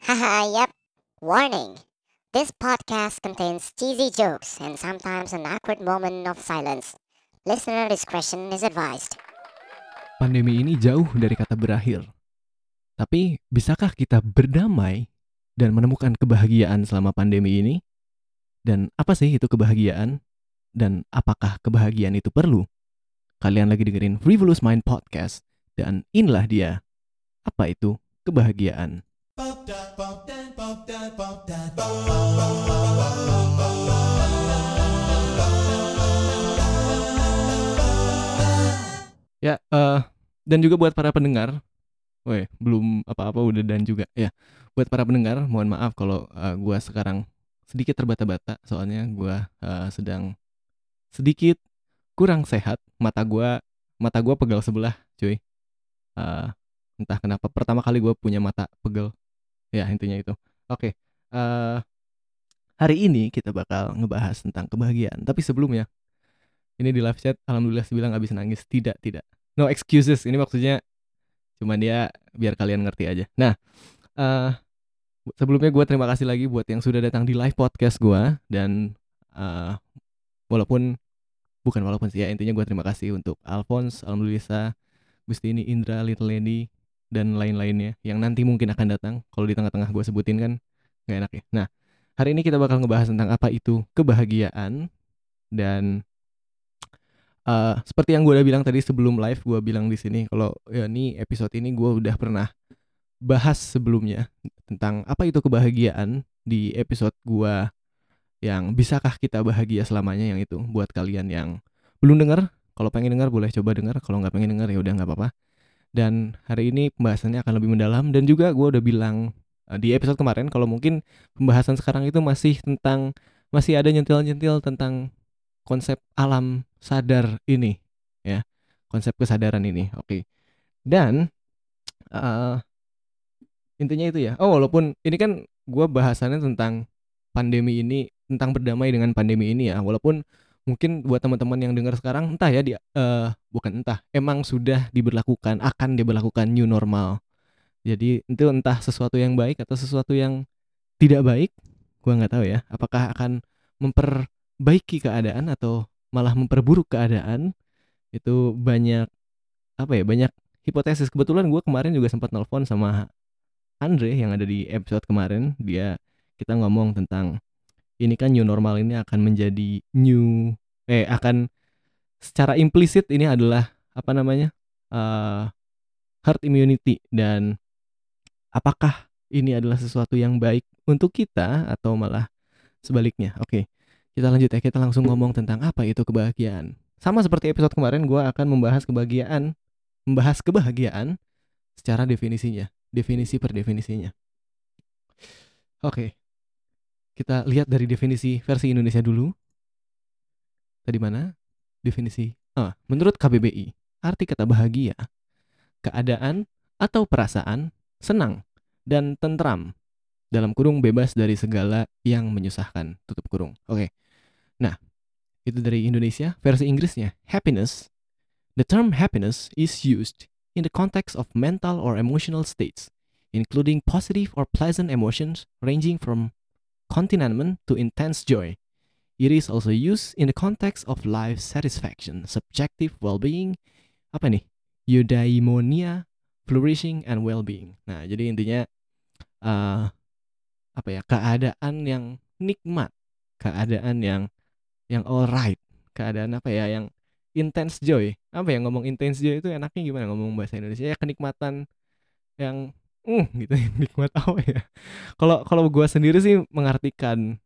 Haha, yep. Warning. This podcast contains cheesy jokes and sometimes an awkward moment of silence. Listener discretion is advised. Pandemi ini jauh dari kata berakhir. Tapi bisakah kita berdamai dan menemukan kebahagiaan selama pandemi ini? Dan apa sih itu kebahagiaan? Dan apakah kebahagiaan itu perlu? Kalian lagi dengerin Frivolous Mind Podcast. Dan inilah dia. Apa itu kebahagiaan? Ya, dan juga buat para pendengar. Belum apa-apa udah dan juga. Ya, buat para pendengar, mohon maaf kalau gua sekarang sedikit terbata-bata. Soalnya gua sedang sedikit kurang sehat. Mata gua pegal sebelah, cuy. Eh, Entah kenapa pertama kali gua punya mata pegel. Ya, intinya itu. Oke. eh, Hari ini kita bakal ngebahas tentang kebahagiaan. Tapi sebelumnya, ini di live chat alhamdulillah bilang habis nangis. Tidak, tidak. No excuses. Ini maksudnya cuma dia biar kalian ngerti aja. Nah, eh sebelumnya gue terima kasih lagi buat yang sudah datang di live podcast gue. Dan eh walaupun bukan walaupun sih ya, intinya gue terima kasih untuk Alphonse, Alhamdulillah, Gustini, Indra, Little Lady, dan lain-lainnya yang nanti mungkin akan datang. Kalau di tengah-tengah gue sebutin kan gak enak ya. Nah, hari ini kita bakal ngebahas tentang apa itu kebahagiaan. Dan seperti yang gue udah bilang tadi sebelum live, gue bilang di sini kalau ya ini episode ini gue udah pernah bahas sebelumnya tentang apa itu kebahagiaan di episode gue yang bisakah kita bahagia selamanya, yang itu buat kalian yang belum dengar. Kalau pengen dengar boleh coba dengar, kalau nggak pengen dengar ya udah nggak apa-apa. Dan hari ini pembahasannya akan lebih mendalam, dan juga gue udah bilang di episode kemarin kalau mungkin pembahasan sekarang itu masih ada nyentil-nyentil tentang konsep alam sadar ini, ya, konsep kesadaran ini. Oke. Dan eh, intinya itu ya. Oh, walaupun ini kan gue bahasannya tentang pandemi ini, tentang berdamai dengan pandemi ini ya. Walaupun mungkin buat teman-teman yang dengar sekarang entah ya bukan entah, emang sudah akan diberlakukan new normal. Jadi itu entah sesuatu yang baik atau sesuatu yang tidak baik, gue nggak tahu ya. Apakah akan memperbaiki keadaan atau malah memperburuk keadaan? Itu banyak apa ya? Banyak hipotesis. Kebetulan gue kemarin juga sempat nelpon sama Andre yang ada di episode kemarin. Kita ngomong tentang ini kan new normal ini akan menjadi akan secara implisit ini adalah apa namanya, eh herd immunity. Dan apakah ini adalah sesuatu yang baik untuk kita atau malah sebaliknya? Oke, kita lanjut ya. Kita langsung ngomong tentang apa itu kebahagiaan. Sama seperti episode kemarin, gue akan membahas kebahagiaan secara definisinya, definisi per definisinya. Oke, kita lihat dari definisi versi Indonesia dulu. Tadi mana? Definisi. Menurut KBBI, arti kata bahagia, keadaan atau perasaan senang dan tentram, dalam kurung bebas dari segala yang menyusahkan, tutup kurung. Oke. Nah, itu dari Indonesia. Versi Inggrisnya, happiness. The term happiness is used in the context of mental or emotional states, including positive or pleasant emotions ranging from contentment to intense joy. It is also used in the context of life satisfaction, subjective well-being, apa nih? Eudaimonia, flourishing, and well-being. Nah, jadi intinya uh, apa ya? Keadaan yang nikmat, keadaan yang alright, keadaan apa ya? Yang intense joy. Apa ya, ngomong intense joy itu enaknya gimana ngomong bahasa Indonesia? Ya kenikmatan yang gitu. Nikmat apa ya? Kalau gue sendiri sih mengartikan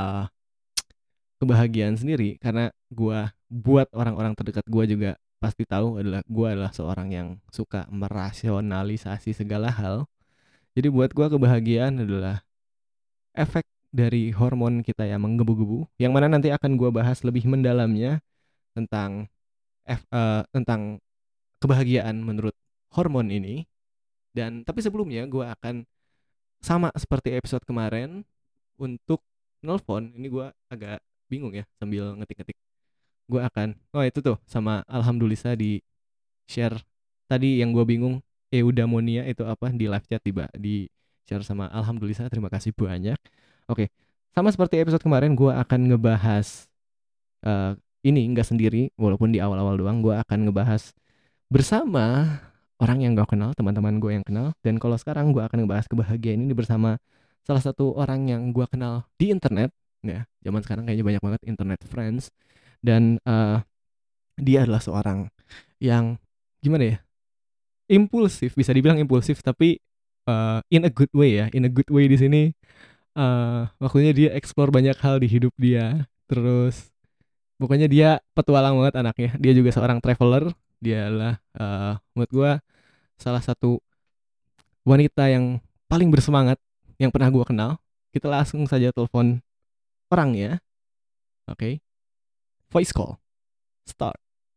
kebahagiaan sendiri, karena buat orang-orang terdekat gue juga pasti tahu gue adalah seorang yang suka merasionalisasi segala hal. Jadi buat gue kebahagiaan adalah efek dari hormon kita yang menggebu-gebu, yang mana nanti akan gue bahas lebih mendalamnya tentang tentang kebahagiaan menurut hormon ini. Dan tapi sebelumnya gue akan sama seperti episode kemarin untuk nelfon. Ini gue agak bingung ya sambil ngetik-ngetik. Gue akan itu tuh sama alhamdulillah di share tadi yang gue bingung, eudaimonia itu apa, di live chat, di share sama alhamdulillah, terima kasih banyak. Oke, sama seperti episode kemarin, gue akan ngebahas eh, ini nggak sendiri, walaupun di awal-awal doang. Gue akan ngebahas bersama orang yang gue kenal, teman-teman gue yang kenal. Dan kalau sekarang gue akan ngebahas kebahagiaan ini bersama salah satu orang yang gue kenal di internet. Ya, zaman sekarang kayaknya banyak banget internet friends. Dan dia adalah seorang yang gimana ya, impulsif, bisa dibilang impulsif, tapi in a good way ya, in a good way di sini. Waktunya dia explore banyak hal di hidup dia. Terus pokoknya dia petualang banget anaknya. Dia juga seorang traveler. Dia adalah menurut gue salah satu wanita yang paling bersemangat yang pernah gue kenal. Kita langsung saja telepon orangnya. Oke, voice call start.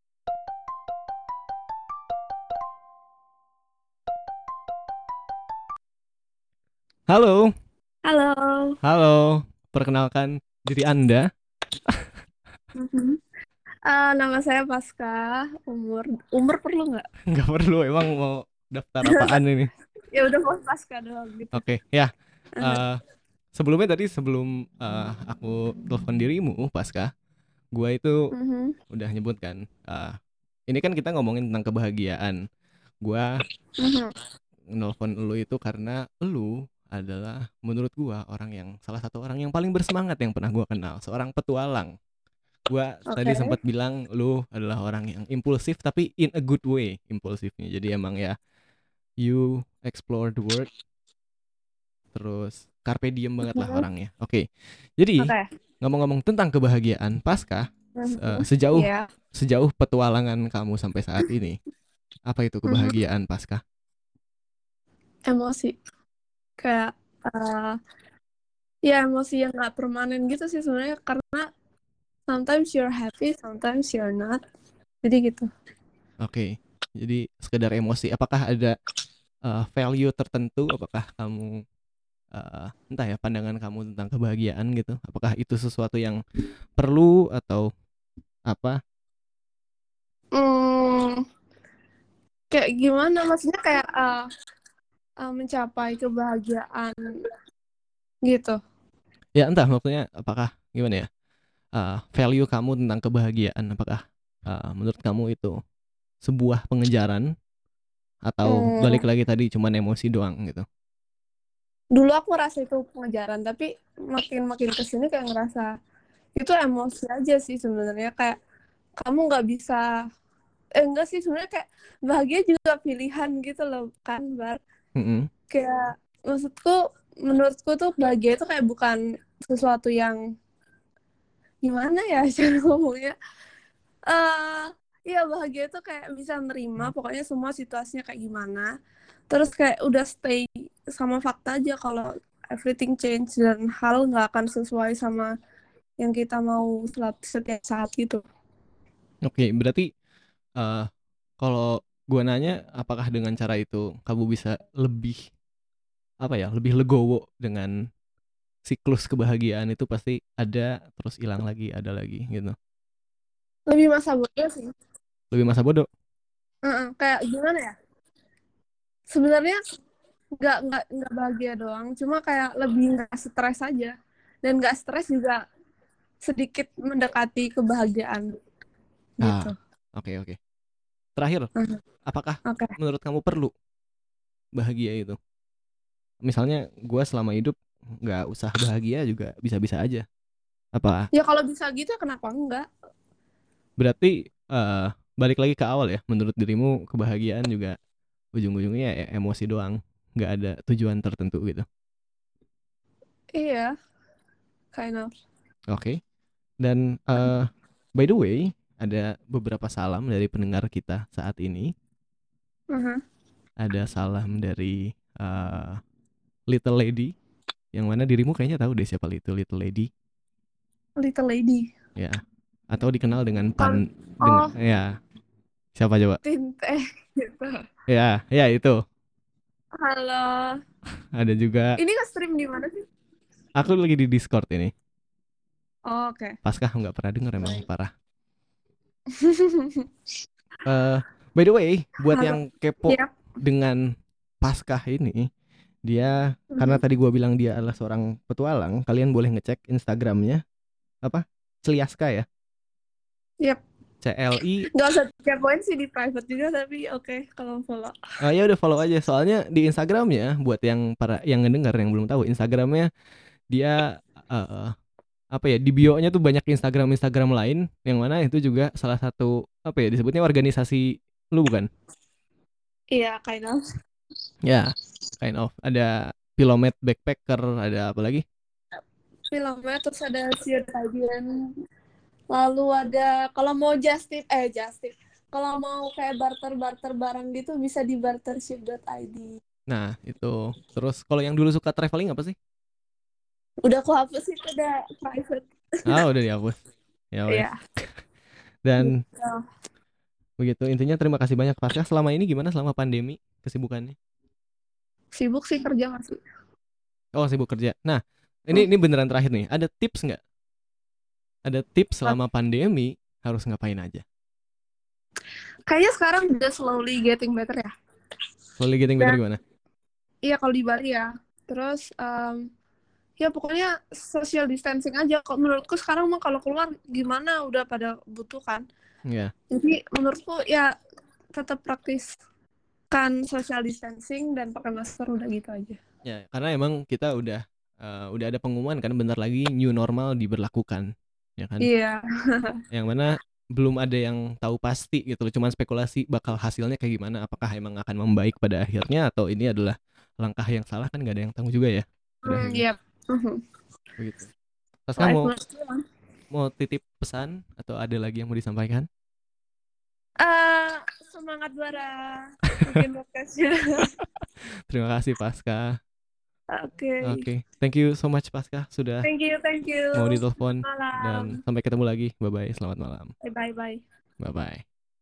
Halo. Halo. Halo, perkenalkan diri Anda. Mhm. Nama saya Pasca. Umur perlu nggak? Nggak perlu, emang mau daftar apaan ini? Ya udah mau Pasca doang gitu. Oke, ya. Sebelumnya tadi sebelum aku telepon dirimu, Pasca, gua itu Mhm. udah nyebut kan. Ini kan kita ngomongin tentang kebahagiaan. Gua Mhm. nelfon lu itu karena lu adalah menurut gua salah satu orang yang paling bersemangat yang pernah gua kenal, seorang petualang. Gua tadi Oke. sempat bilang lu adalah orang yang impulsif tapi in a good way impulsifnya. Jadi emang ya you explore the world, terus carpe diem banget lah Mhm. orangnya. Oke. Jadi Oke. ngomong-ngomong tentang kebahagiaan, Pasca, Mhm. sejauh Iya. sejauh petualangan kamu sampai saat ini, apa itu Mhm. kebahagiaan, Pasca? Emosi. Kayak ya emosi yang nggak permanen gitu sih sebenarnya, karena sometimes you're happy, sometimes you're not. Jadi gitu. Oke. Jadi sekedar emosi. Apakah ada value tertentu? Apakah kamu entah ya, pandangan kamu tentang kebahagiaan gitu? Apakah itu sesuatu yang perlu atau apa? Kayak gimana? Maksudnya kayak mencapai kebahagiaan gitu. Ya entah, maksudnya apakah gimana ya? Value kamu tentang kebahagiaan, apakah menurut kamu itu sebuah pengejaran atau Hmm. balik lagi tadi cuman emosi doang gitu? Dulu aku ngerasa itu pengejaran, tapi makin kesini kayak ngerasa itu emosi aja sih sebenarnya. Kayak kamu nggak bisa, enggak sih sebenarnya, kayak bahagia juga pilihan gitu loh kan, Bar. Mm-mm. Kayak menurutku tuh bahagia itu kayak bukan sesuatu yang gimana ya cara ngomongnya. Iya, bahagia itu kayak bisa nerima pokoknya semua situasinya kayak gimana. Terus kayak udah stay sama fakta aja kalau everything change dan hal nggak akan sesuai sama yang kita mau setiap saat gitu. Oke, berarti eh kalau gua nanya apakah dengan cara itu kamu bisa lebih apa ya, lebih legowo dengan siklus kebahagiaan itu pasti ada terus hilang lagi, ada lagi gitu. Lebih masa bodoh sih. Lebih masa bodoh. Kayak gimana ya? Sebenarnya nggak bahagia doang, cuma kayak lebih nggak stres aja. Dan nggak stres juga sedikit mendekati kebahagiaan gitu. Oke, oke. Terakhir, apakah Oke. menurut kamu perlu bahagia itu? Misalnya gue selama hidup nggak usah bahagia juga bisa-bisa aja. Apa Ya kalau bisa gitu kenapa enggak? berarti balik lagi ke awal ya? Menurut dirimu kebahagiaan juga ujung-ujungnya ya emosi doang, nggak ada tujuan tertentu gitu. Iya, kind of. Oke. Dan by the way, ada beberapa salam dari pendengar kita saat ini. Ada salam dari Little Lady, yang mana dirimu kayaknya tahu deh siapa itu Little Lady. Little Lady. Ya, atau dikenal dengan Oh, ya, siapa coba? Tinte gitu. Ya, ya itu. Halo. Ada juga. Ini nge-stream di mana sih? Aku lagi di Discord ini. Oh, oke. Pasca nggak pernah denger, emang parah. By the way, buat Halo. yang kepo Yap. dengan Pasca ini, dia karena tadi gua bilang dia adalah seorang petualang, kalian boleh ngecek Instagramnya apa? Celiaska ya. Yap. CLI. Nggak usah kepoin sih di private juga, tapi oke kalau follow. Ya udah follow aja. Soalnya di Instagramnya buat yang para yang ngedengar yang belum tahu, Instagramnya dia eh, apa ya, di bio-nya tuh banyak Instagram lain yang mana itu juga salah satu apa ya disebutnya organisasi lu bukan? Iya, kind of. Ya, kind of. Ada Pilomet Backpacker, ada apa lagi? Filmnya terus ada Sheer Guardian. Lalu ada kalau mau just tip. Kalau mau kayak barter barang gitu bisa di bartership.id. Nah, itu. Terus kalau yang dulu suka traveling apa sih? Udah aku hapus sih, udah private. Udah dihapus. Ya wes. Iya. Dan Gitu. begitu intinya terima kasih banyak Pasca. Selama ini gimana selama pandemi kesibukannya? Sibuk sih kerja masih. Oh, sibuk kerja. Nah, ini beneran terakhir nih. Ada tips nggak? Ada tips selama pandemi harus ngapain aja? Kayaknya sekarang udah slowly getting better ya. Slowly getting better gimana? Iya kalau di Bali ya. Terus ya pokoknya social distancing aja. Kok menurutku sekarang mah kalau keluar gimana udah pada butuh kan. Ya. Jadi menurutku ya tetap praktiskan social distancing dan pakai masker, udah gitu aja. Ya, karena emang kita udah ada pengumuman kan bentar lagi new normal diberlakukan, ya kan? Iya. Yang mana belum ada yang tahu pasti gitu loh, cuman spekulasi bakal hasilnya kayak gimana, apakah emang akan membaik pada akhirnya atau ini adalah langkah yang salah, kan nggak ada yang tahu juga ya pada akhirnya. Iya. Begitu. Pas kamu Life goals. mau titip pesan atau ada lagi yang mau disampaikan? Semangat Bara bikin podcastnya. Terima kasih Pasca. Oke. Oke, thank you so much Pasca sudah Thank you. mau ditelepon dan Malam. sampai ketemu lagi. Bye bye, selamat malam. Bye. Bye bye.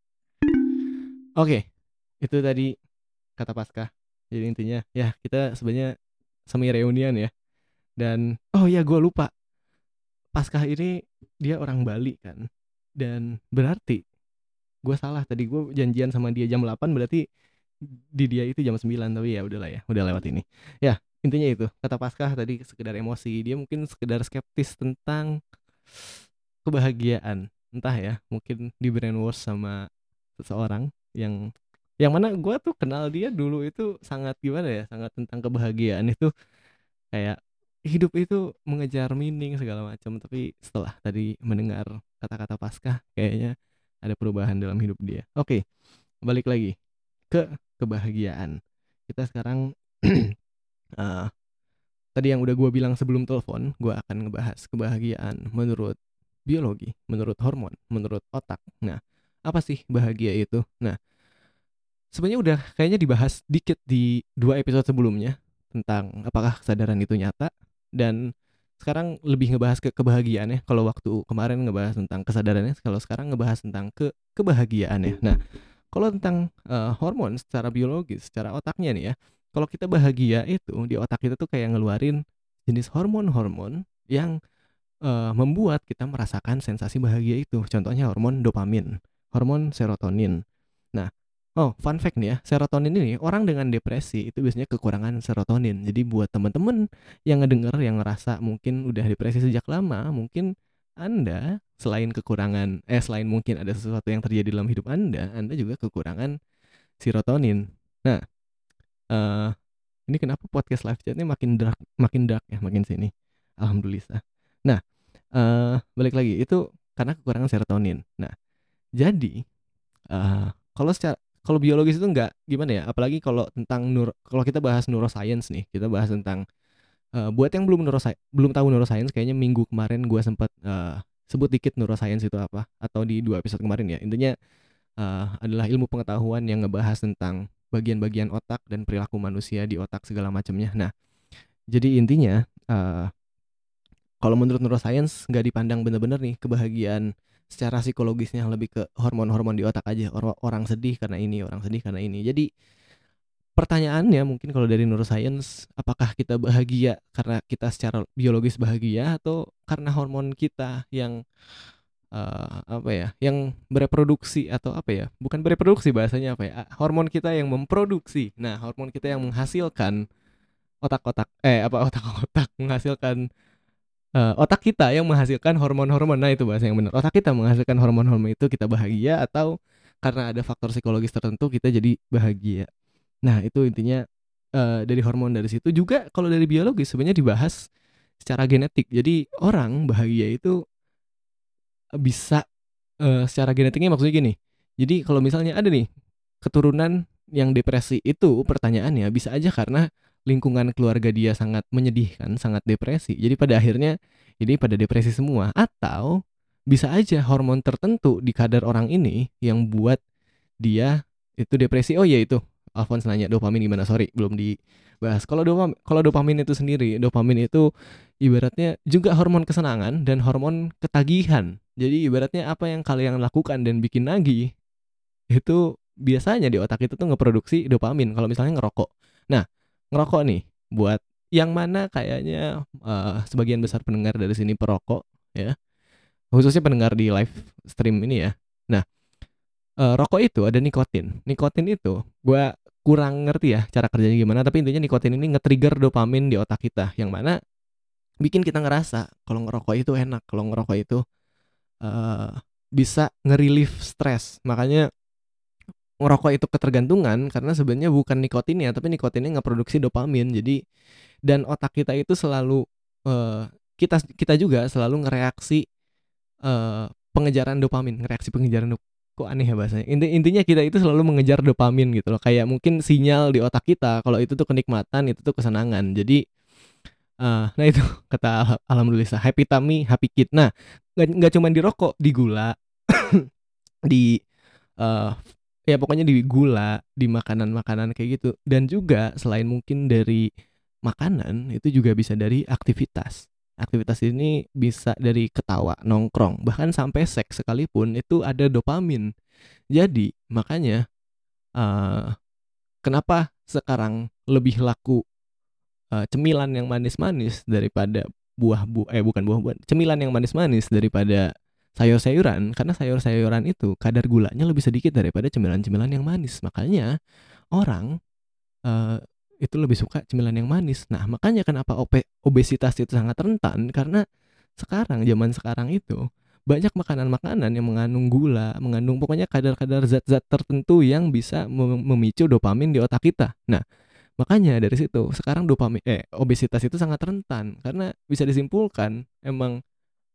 Oke, itu tadi kata Pasca. Jadi intinya ya kita sebenarnya semi reunian ya. Dan oh ya gue lupa, Pasca ini dia orang Bali kan. Dan berarti gue salah tadi, gue janjian sama dia jam 8, berarti di dia itu jam 9, tapi ya udahlah ya, udah lewat ini. Ya, intinya itu. Kata Pasca tadi sekedar emosi, dia mungkin sekedar skeptis tentang kebahagiaan. Entah ya, mungkin di brainwash sama seseorang yang mana gue tuh kenal dia dulu itu sangat gimana ya, sangat tentang kebahagiaan itu kayak hidup itu mengejar meaning segala macam, tapi setelah tadi mendengar kata-kata Pasca kayaknya ada perubahan dalam hidup dia. Oke, balik lagi ke kebahagiaan. Kita sekarang uh, tadi yang udah gue bilang sebelum telepon, gue akan ngebahas kebahagiaan menurut biologi, menurut hormon, menurut otak. Nah, apa sih bahagia itu? Nah, sebenarnya udah kayaknya dibahas dikit di 2 episode sebelumnya tentang apakah kesadaran itu nyata, dan sekarang lebih ngebahas ke kebahagiaan ya. Kalau waktu kemarin ngebahas tentang kesadarannya, kalau sekarang ngebahas tentang kebahagiaan ya. Nah, kalau tentang hormon secara biologis, secara otaknya nih ya, kalau kita bahagia itu di otak kita tuh kayak ngeluarin jenis hormon-hormon yang membuat kita merasakan sensasi bahagia itu. Contohnya hormon dopamin, hormon serotonin. Nah, fun fact nih ya, serotonin ini orang dengan depresi itu biasanya kekurangan serotonin. Jadi buat temen-temen yang ngedenger yang ngerasa mungkin udah depresi sejak lama, mungkin Anda selain selain mungkin ada sesuatu yang terjadi dalam hidup Anda juga kekurangan serotonin. Nah, eh ini kenapa podcast live chatnya makin dark ya, makin sini. Alhamdulillah. Nah, balik lagi itu karena kekurangan serotonin. Nah, jadi kalau biologis itu nggak gimana ya, apalagi kalau tentang kalau kita bahas neuroscience nih, kita bahas tentang buat yang belum tahu neuroscience, kayaknya minggu kemarin gue sempat sebut dikit neuroscience itu apa, atau di 2 episode kemarin ya. Intinya adalah ilmu pengetahuan yang ngebahas tentang bagian-bagian otak dan perilaku manusia di otak segala macamnya. Nah, jadi intinya kalau menurut neuroscience nggak dipandang bener-bener nih kebahagiaan secara psikologisnya, lebih ke hormon-hormon di otak aja. Orang sedih karena ini, orang sedih karena ini. Jadi pertanyaannya mungkin kalau dari neuroscience, apakah kita bahagia karena kita secara biologis bahagia atau karena hormon kita yang apa ya, yang bereproduksi, atau apa ya, bukan bereproduksi bahasanya apa ya, hormon kita yang memproduksi. Nah, hormon kita yang menghasilkan otak menghasilkan otak kita yang menghasilkan hormon-hormon. Nah, itu bahasa yang benar. Otak kita menghasilkan hormon-hormon itu kita bahagia, atau karena ada faktor psikologis tertentu kita jadi bahagia. Nah, itu intinya dari hormon. Dari situ juga kalau dari biologis sebenarnya dibahas secara genetik. Jadi orang bahagia itu bisa secara genetiknya, maksudnya gini. Jadi kalau misalnya ada nih keturunan yang depresi, itu pertanyaannya bisa aja karena lingkungan keluarga dia sangat menyedihkan, sangat depresi. Jadi pada akhirnya ini pada depresi semua, atau bisa aja hormon tertentu di kadar orang ini yang buat dia itu depresi. Oh iya, itu Alphonse nanya dopamin gimana, sorry belum dibahas. Kalau dopamin itu sendiri, dopamin itu ibaratnya juga hormon kesenangan dan hormon ketagihan. Jadi ibaratnya apa yang kalian lakukan dan bikin nagih itu biasanya di otak itu tuh ngeproduksi dopamin kalau misalnya ngerokok. Nah, ngerokok nih buat yang mana kayaknya sebagian besar pendengar dari sini perokok ya, khususnya pendengar di live stream ini ya. Nah, rokok itu ada nikotin. Nikotin itu gua kurang ngerti ya cara kerjanya gimana, tapi intinya nikotin ini nge-trigger dopamin di otak kita, yang mana bikin kita ngerasa kalau ngerokok itu enak, kalau ngerokok itu eh, bisa nge-relief stres. Makanya ngerokok itu ketergantungan karena sebenarnya bukan nikotinnya, tapi nikotinnya ngeproduksi dopamin. Jadi dan otak kita itu selalu kita juga selalu ngereaksi pengejaran dopamin, kok aneh ya bahasanya. Intinya kita itu selalu mengejar dopamin gitu loh. Kayak mungkin sinyal di otak kita kalau itu tuh kenikmatan, itu tuh kesenangan. Jadi nah itu kata alhamdulillah, happy tummy happy kid. Nah, nggak cuma di rokok, di gula, di eh ya pokoknya di gula, di makanan-makanan kayak gitu. Dan juga selain mungkin dari makanan, itu juga bisa dari aktivitas. Aktivitas ini bisa dari ketawa, nongkrong, bahkan sampai seks sekalipun itu ada dopamin. Jadi makanya eh kenapa sekarang lebih laku cemilan yang manis-manis daripada bukan buah-buahan, cemilan yang manis-manis daripada sayur-sayuran, karena sayur-sayuran itu kadar gulanya lebih sedikit daripada cemilan-cemilan yang manis. Makanya orang eh, itu lebih suka cemilan yang manis. Nah, makanya kenapa obesitas itu sangat rentan, karena zaman sekarang itu banyak makanan-makanan yang mengandung gula, mengandung pokoknya kadar-kadar zat-zat tertentu yang bisa memicu dopamin di otak kita. Nah, makanya dari situ sekarang obesitas itu sangat rentan, karena bisa disimpulkan emang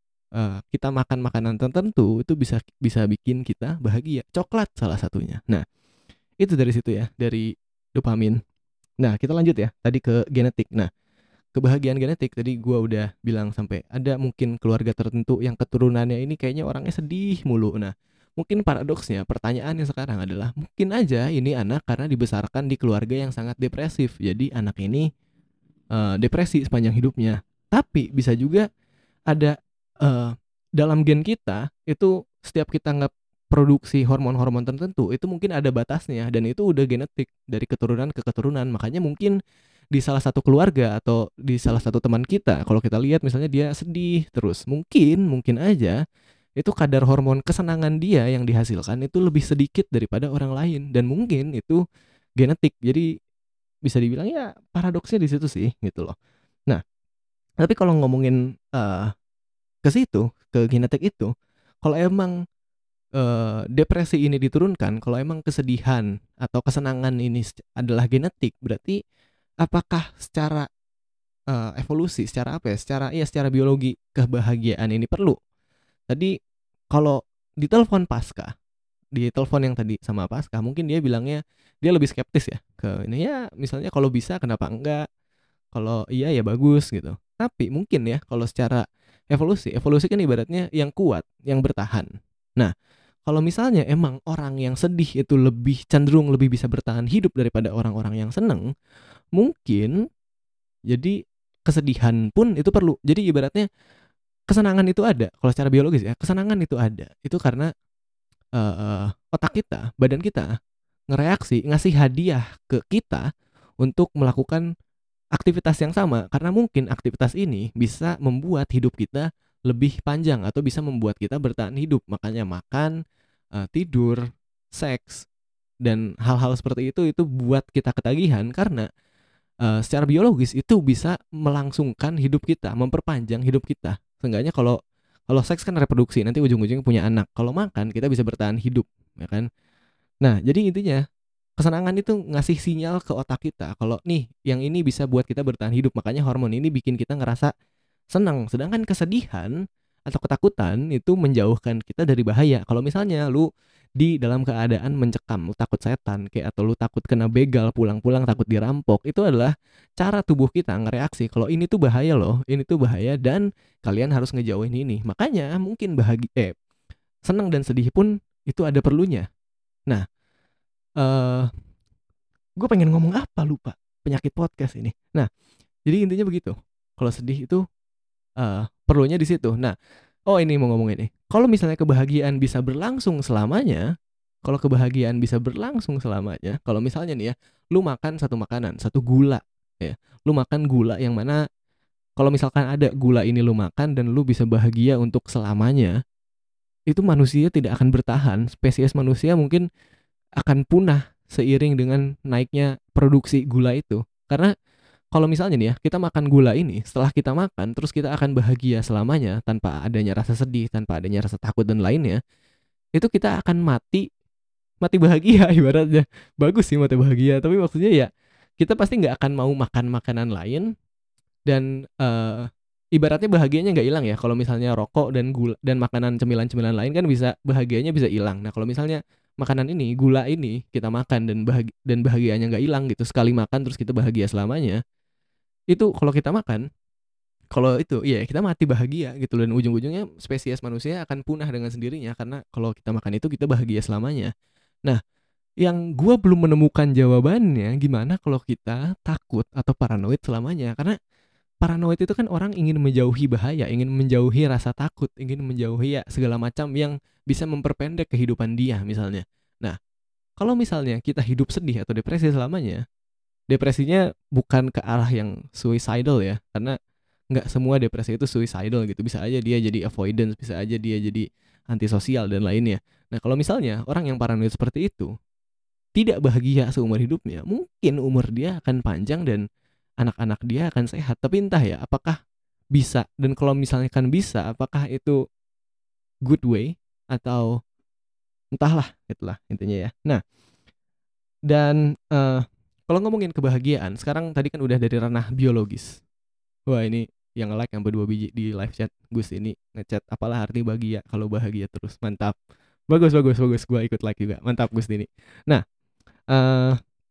kita makan makanan tertentu itu bisa bisa bikin kita bahagia. Coklat salah satunya. Nah, itu dari situ ya, dari dopamin. Nah, kita lanjut ya tadi ke genetik. Nah, kebahagiaan genetik tadi gua udah bilang sampai ada mungkin keluarga tertentu yang keturunannya ini kayaknya orangnya sedih mulu. Nah, mungkin paradoksnya pertanyaannya sekarang adalah mungkin aja ini anak karena dibesarkan di keluarga yang sangat depresif. Jadi anak ini depresi sepanjang hidupnya. Tapi bisa juga ada dalam gen kita itu, setiap kita nggak produksi hormon-hormon tertentu itu mungkin ada batasnya, dan itu udah genetik dari keturunan ke keturunan. Makanya mungkin di salah satu keluarga atau di salah satu teman kita, kalau kita lihat misalnya dia sedih terus, mungkin aja itu kadar hormon kesenangan dia yang dihasilkan itu lebih sedikit daripada orang lain, dan mungkin itu genetik. Jadi bisa dibilang ya paradoksnya di situ sih gitu loh. Nah, tapi kalau ngomongin ke situ, ke genetik itu, kalau emang depresi ini diturunkan, kalau emang kesedihan atau kesenangan ini adalah genetik, berarti apakah secara evolusi, secara apa ya, secara biologi kebahagiaan ini perlu? Tadi kalau di telepon yang tadi sama Pasca, mungkin dia bilangnya dia lebih skeptis ya ke ini ya, misalnya kalau bisa kenapa enggak, kalau iya ya bagus gitu. Tapi mungkin ya kalau secara evolusi kan ibaratnya yang kuat, yang bertahan. Nah, kalau misalnya emang orang yang sedih itu lebih cenderung lebih bisa bertahan hidup daripada orang-orang yang seneng, mungkin jadi kesedihan pun itu perlu. Jadi ibaratnya kesenangan itu ada, kalau secara biologis ya, kesenangan itu ada. Itu karena otak kita, badan kita ngereaksi, ngasih hadiah ke kita untuk melakukan aktivitas yang sama, karena mungkin aktivitas ini bisa membuat hidup kita lebih panjang atau bisa membuat kita bertahan hidup. Makanya makan, tidur, seks, dan hal-hal seperti itu buat kita ketagihan karena secara biologis itu bisa melangsungkan hidup kita, memperpanjang hidup kita. Seenggaknya kalau seks kan reproduksi, nanti ujung-ujungnya punya anak. Kalau makan kita bisa bertahan hidup, ya kan? Nah, jadi intinya kesenangan itu ngasih sinyal ke otak kita kalau nih yang ini bisa buat kita bertahan hidup. Makanya hormon ini bikin kita ngerasa senang. Sedangkan kesedihan atau ketakutan itu menjauhkan kita dari bahaya. Kalau misalnya lu di dalam keadaan mencekam, lu takut setan kayak, atau lu takut kena begal, pulang-pulang takut dirampok, itu adalah cara tubuh kita ngereaksi kalau ini tuh bahaya loh, ini tuh bahaya dan kalian harus ngejauhin ini. Makanya mungkin senang dan sedih pun itu ada perlunya. Nah, gue pengen ngomong apa lupa, penyakit podcast ini. Nah, jadi intinya begitu. Kalau sedih itu perlunya di situ. Nah, ini mau ngomong ini. Kalau misalnya kebahagiaan bisa berlangsung selamanya, kalau misalnya nih ya, lu makan satu makanan, satu gula, ya, lu makan gula yang mana, kalau misalkan ada gula ini lu makan dan lu bisa bahagia untuk selamanya, itu manusia tidak akan bertahan. Spesies manusia mungkin akan punah seiring dengan naiknya produksi gula itu. Karena kalau misalnya nih ya, kita makan gula ini, setelah kita makan, terus kita akan bahagia selamanya tanpa adanya rasa sedih, tanpa adanya rasa takut dan lainnya, itu kita akan mati bahagia ibaratnya. Bagus sih mati bahagia, tapi maksudnya ya kita pasti nggak akan mau makan makanan lain dan ibaratnya bahagianya nggak hilang ya. Kalau misalnya rokok dan gula dan makanan cemilan-cemilan lain kan bisa bahagianya bisa hilang. Nah kalau misalnya makanan ini, gula ini kita makan dan bahagianya nggak hilang gitu, sekali makan terus kita bahagia selamanya, itu kalau kita makan, kalau itu iya kita mati bahagia gitu, dan ujung-ujungnya spesies manusia akan punah dengan sendirinya karena kalau kita makan itu kita bahagia selamanya. Nah, yang gua belum menemukan jawabannya gimana kalau kita takut atau paranoid selamanya. Karena paranoid itu kan orang ingin menjauhi bahaya, ingin menjauhi rasa takut, ingin menjauhi ya segala macam yang bisa memperpendek kehidupan dia misalnya. Nah, kalau misalnya kita hidup sedih atau depresi selamanya, depresinya bukan ke arah yang suicidal ya, karena nggak semua depresi itu suicidal gitu. Bisa aja dia jadi avoidance, bisa aja dia jadi antisosial dan lainnya. Nah kalau misalnya orang yang paranoid seperti itu tidak bahagia seumur hidupnya, mungkin umur dia akan panjang dan anak-anak dia akan sehat. Tapi entah ya apakah bisa, dan kalau misalnya kan bisa, apakah itu good way atau entahlah, itulah intinya ya. Nah, dan kalau ngomongin kebahagiaan, sekarang tadi kan udah dari ranah biologis. Wah ini yang like sampai 2 biji di live chat. Gus ini ngechat apalah arti bahagia, kalau bahagia terus. Mantap. Bagus. Gua ikut like juga. Mantap Gus ini. Nah, eh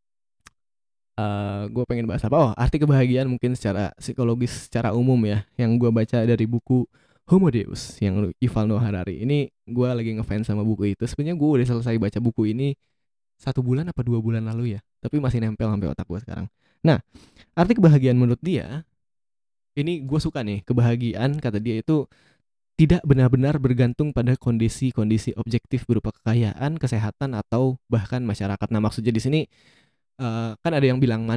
gue pengen bahas apa? Oh, arti kebahagiaan mungkin secara psikologis, secara umum ya, yang gue baca dari buku Homo Deus yang Yuval Noah Harari. Ini gue lagi ngefans sama buku itu. Sebenarnya gue udah selesai baca buku ini 1 bulan apa 2 bulan lalu ya, tapi masih nempel sampai otak gue sekarang. Nah, arti kebahagiaan menurut dia, ini gue suka nih, kebahagiaan kata dia itu tidak benar-benar bergantung pada kondisi-kondisi objektif berupa kekayaan, kesehatan, atau bahkan masyarakat. Nah maksudnya di sini kan ada yang bilang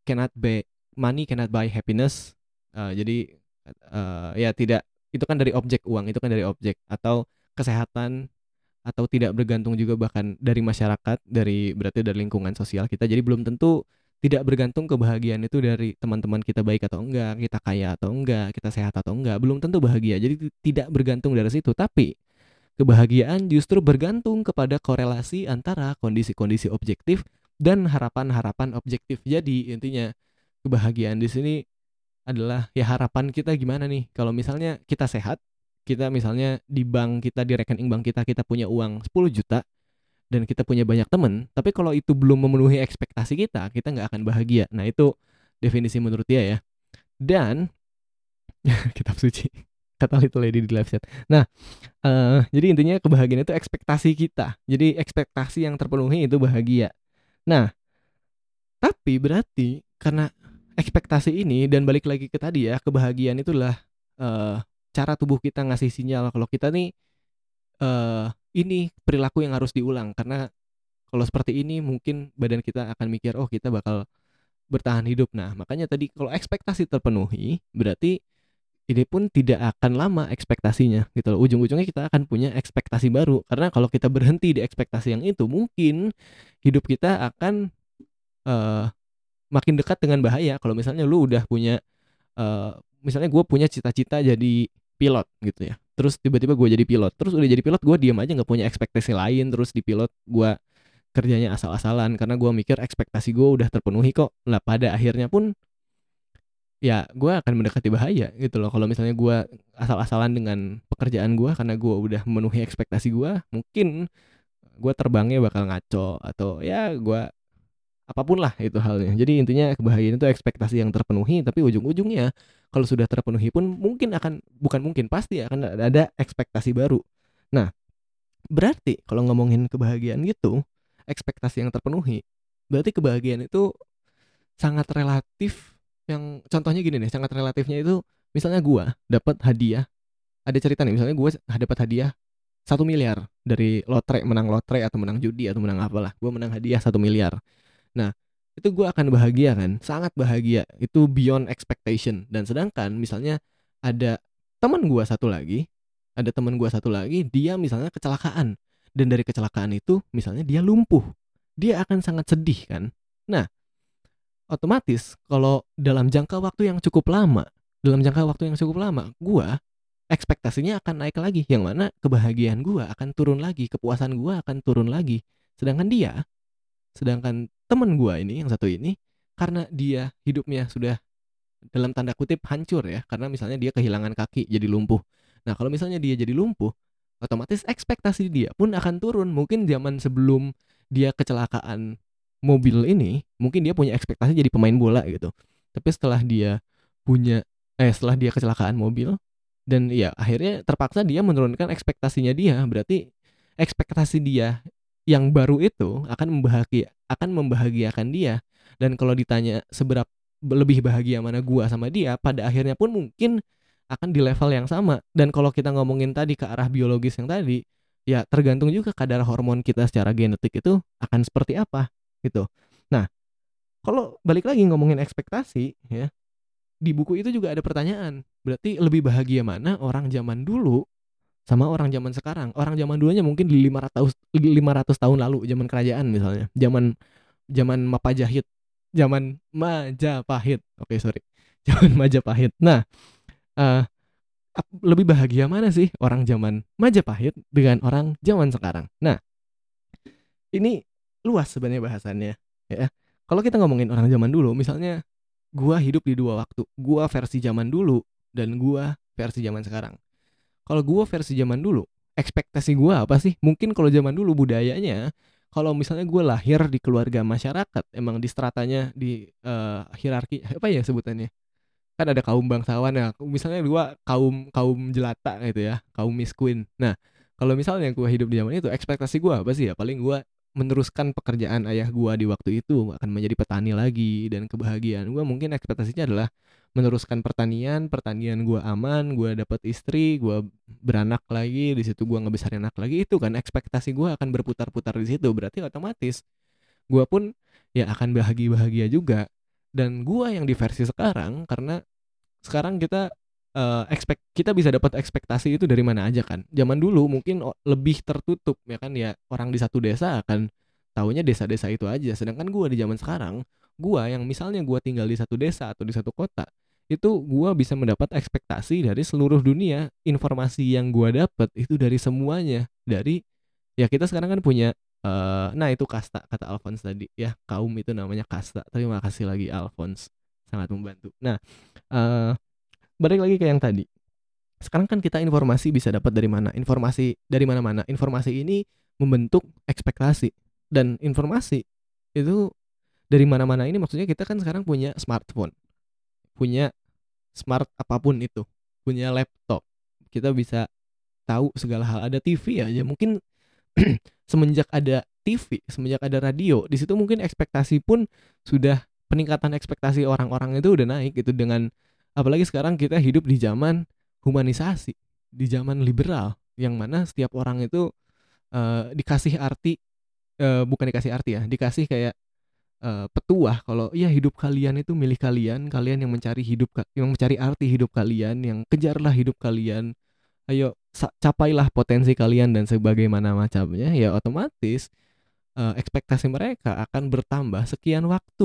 money cannot buy happiness. Jadi ya tidak, itu kan dari objek, uang itu kan dari objek, atau kesehatan, atau tidak bergantung juga bahkan dari masyarakat, berarti dari lingkungan sosial kita. Jadi belum tentu, tidak bergantung kebahagiaan itu dari teman-teman kita baik atau enggak, kita kaya atau enggak, kita sehat atau enggak, belum tentu bahagia. Jadi tidak bergantung dari situ, tapi kebahagiaan justru bergantung kepada korelasi antara kondisi-kondisi objektif dan harapan-harapan objektif. Jadi intinya kebahagiaan di sini adalah ya harapan kita gimana nih. Kalau misalnya kita sehat, kita misalnya di bank kita, di rekening bank kita punya uang 10 juta dan kita punya banyak teman, tapi kalau itu belum memenuhi ekspektasi kita nggak akan bahagia. Nah itu definisi menurut dia ya. Dan kitab suci kata Little Lady di live chat. Nah, jadi intinya kebahagiaan itu ekspektasi kita. Jadi ekspektasi yang terpenuhi itu bahagia. Nah, tapi berarti karena ekspektasi ini, dan balik lagi ke tadi ya, kebahagiaan itulah cara tubuh kita ngasih sinyal kalau kita nih ini perilaku yang harus diulang. Karena kalau seperti ini mungkin badan kita akan mikir, oh kita bakal bertahan hidup. Nah makanya tadi kalau ekspektasi terpenuhi, berarti ini pun tidak akan lama ekspektasinya gitu loh. Ujung-ujungnya kita akan punya ekspektasi baru. Karena kalau kita berhenti di ekspektasi yang itu, mungkin hidup kita akan makin dekat dengan bahaya. Kalau misalnya lu udah punya misalnya gue punya cita-cita jadi pilot gitu ya, terus tiba-tiba gue jadi pilot, terus udah jadi pilot gue diam aja nggak punya ekspektasi lain, terus di pilot gue kerjanya asal-asalan karena gue mikir ekspektasi gue udah terpenuhi kok lah, pada akhirnya pun ya gue akan mendekati bahaya gitu loh. Kalau misalnya gue asal-asalan dengan pekerjaan gue karena gue udah memenuhi ekspektasi gue, mungkin gue terbangnya bakal ngaco atau ya gue apapun lah itu halnya. Jadi intinya kebahagiaan itu ekspektasi yang terpenuhi, tapi ujung-ujungnya kalau sudah terpenuhi pun mungkin akan, bukan mungkin, pasti akan ada ekspektasi baru. Nah, berarti kalau ngomongin kebahagiaan gitu, ekspektasi yang terpenuhi, berarti kebahagiaan itu sangat relatif. Yang contohnya gini nih, sangat relatifnya itu misalnya gua dapat hadiah, ada cerita nih, misalnya gua dapat hadiah 1 miliar dari lotre, menang lotre atau menang judi atau menang apalah, gua menang hadiah 1 miliar. Nah, itu gua akan bahagia kan, sangat bahagia, itu beyond expectation. Dan sedangkan misalnya ada teman gua satu lagi, dia misalnya kecelakaan, dan dari kecelakaan itu misalnya dia lumpuh, dia akan sangat sedih kan. Nah, otomatis kalau dalam jangka waktu yang cukup lama, gua ekspektasinya akan naik lagi, yang mana kebahagiaan gua akan turun lagi, kepuasan gua akan turun lagi. Sedangkan temen gua ini yang satu ini, karena dia hidupnya sudah dalam tanda kutip hancur ya, karena misalnya dia kehilangan kaki jadi lumpuh. Nah, kalau misalnya dia jadi lumpuh, otomatis ekspektasi dia pun akan turun. Mungkin zaman sebelum dia kecelakaan mobil ini, mungkin dia punya ekspektasi jadi pemain bola gitu. Tapi punya setelah dia kecelakaan mobil, dan ya akhirnya terpaksa dia menurunkan ekspektasinya dia. Berarti ekspektasi dia yang baru itu akan membahagiakan dia. Dan kalau ditanya seberapa lebih bahagia mana gua sama dia, pada akhirnya pun mungkin akan di level yang sama. Dan kalau kita ngomongin tadi ke arah biologis yang tadi, ya tergantung juga kadar hormon kita secara genetik itu akan seperti apa gitu. Nah, kalau balik lagi ngomongin ekspektasi ya, di buku itu juga ada pertanyaan. Berarti lebih bahagia mana orang zaman dulu sama orang zaman sekarang? Orang zaman dulunya mungkin di 500 tahun lalu, zaman kerajaan misalnya. Zaman zaman Mapajahit, zaman Majapahit. Oke, sorry. Zaman Majapahit. Nah, eh lebih bahagia mana sih orang zaman Majapahit dengan orang zaman sekarang? Nah, ini luas sebenarnya bahasannya ya. Kalau kita ngomongin orang zaman dulu, misalnya gua hidup di dua waktu. Gua versi zaman dulu dan gua versi zaman sekarang. Kalau gua versi zaman dulu, ekspektasi gua apa sih? Mungkin kalau zaman dulu budayanya, kalau misalnya gua lahir di keluarga masyarakat, emang di stratanya di hierarki apa ya sebutannya? Kan ada kaum bangsawan ya. Misalnya gua kaum kaum jelata gitu ya, kaum miskin. Nah, kalau misalnya gua hidup di zaman itu, ekspektasi gua apa sih ya? Paling gua meneruskan pekerjaan ayah gua di waktu itu, akan menjadi petani lagi, dan kebahagiaan gua mungkin ekspektasinya adalah meneruskan pertanian gua aman, gua dapat istri, gua beranak lagi, di situ gua ngebesarin anak lagi, itu kan ekspektasi gua akan berputar-putar di situ. Berarti otomatis gua pun ya akan bahagia-bahagia juga. Dan gua yang di versi sekarang, karena sekarang kita bisa dapat ekspektasi itu dari mana aja kan. Zaman dulu mungkin lebih tertutup ya kan, ya orang di satu desa akan taunya desa-desa itu aja. Sedangkan gua di zaman sekarang, gua yang misalnya gua tinggal di satu desa atau di satu kota, itu gua bisa mendapat ekspektasi dari seluruh dunia. Informasi yang gua dapat itu dari semuanya. Dari ya kita sekarang kan punya nah itu kasta kata Alphonse tadi ya, kaum itu namanya kasta. Terima kasih lagi Alphonse, sangat membantu. Nah, eh balik lagi ke yang tadi. Sekarang kan kita informasi bisa dapat dari mana? Informasi dari mana-mana. Informasi ini membentuk ekspektasi, dan informasi itu dari mana-mana ini maksudnya kita kan sekarang punya smartphone, punya smart apapun itu, punya laptop. Kita bisa tahu segala hal, ada TV aja. Mungkin semenjak ada TV, semenjak ada radio, di situ mungkin ekspektasi pun sudah, peningkatan ekspektasi orang-orang itu udah naik gitu. Dengan apalagi sekarang kita hidup di zaman humanisasi, di zaman liberal, yang mana setiap orang itu dikasih arti, bukan dikasih arti ya, dikasih kayak petuah kalau ya hidup kalian itu milik kalian, kalian yang yang mencari arti hidup kalian, yang kejarlah hidup kalian, ayo capailah potensi kalian dan sebagaimana macamnya. Ya otomatis ekspektasi mereka akan bertambah sekian waktu,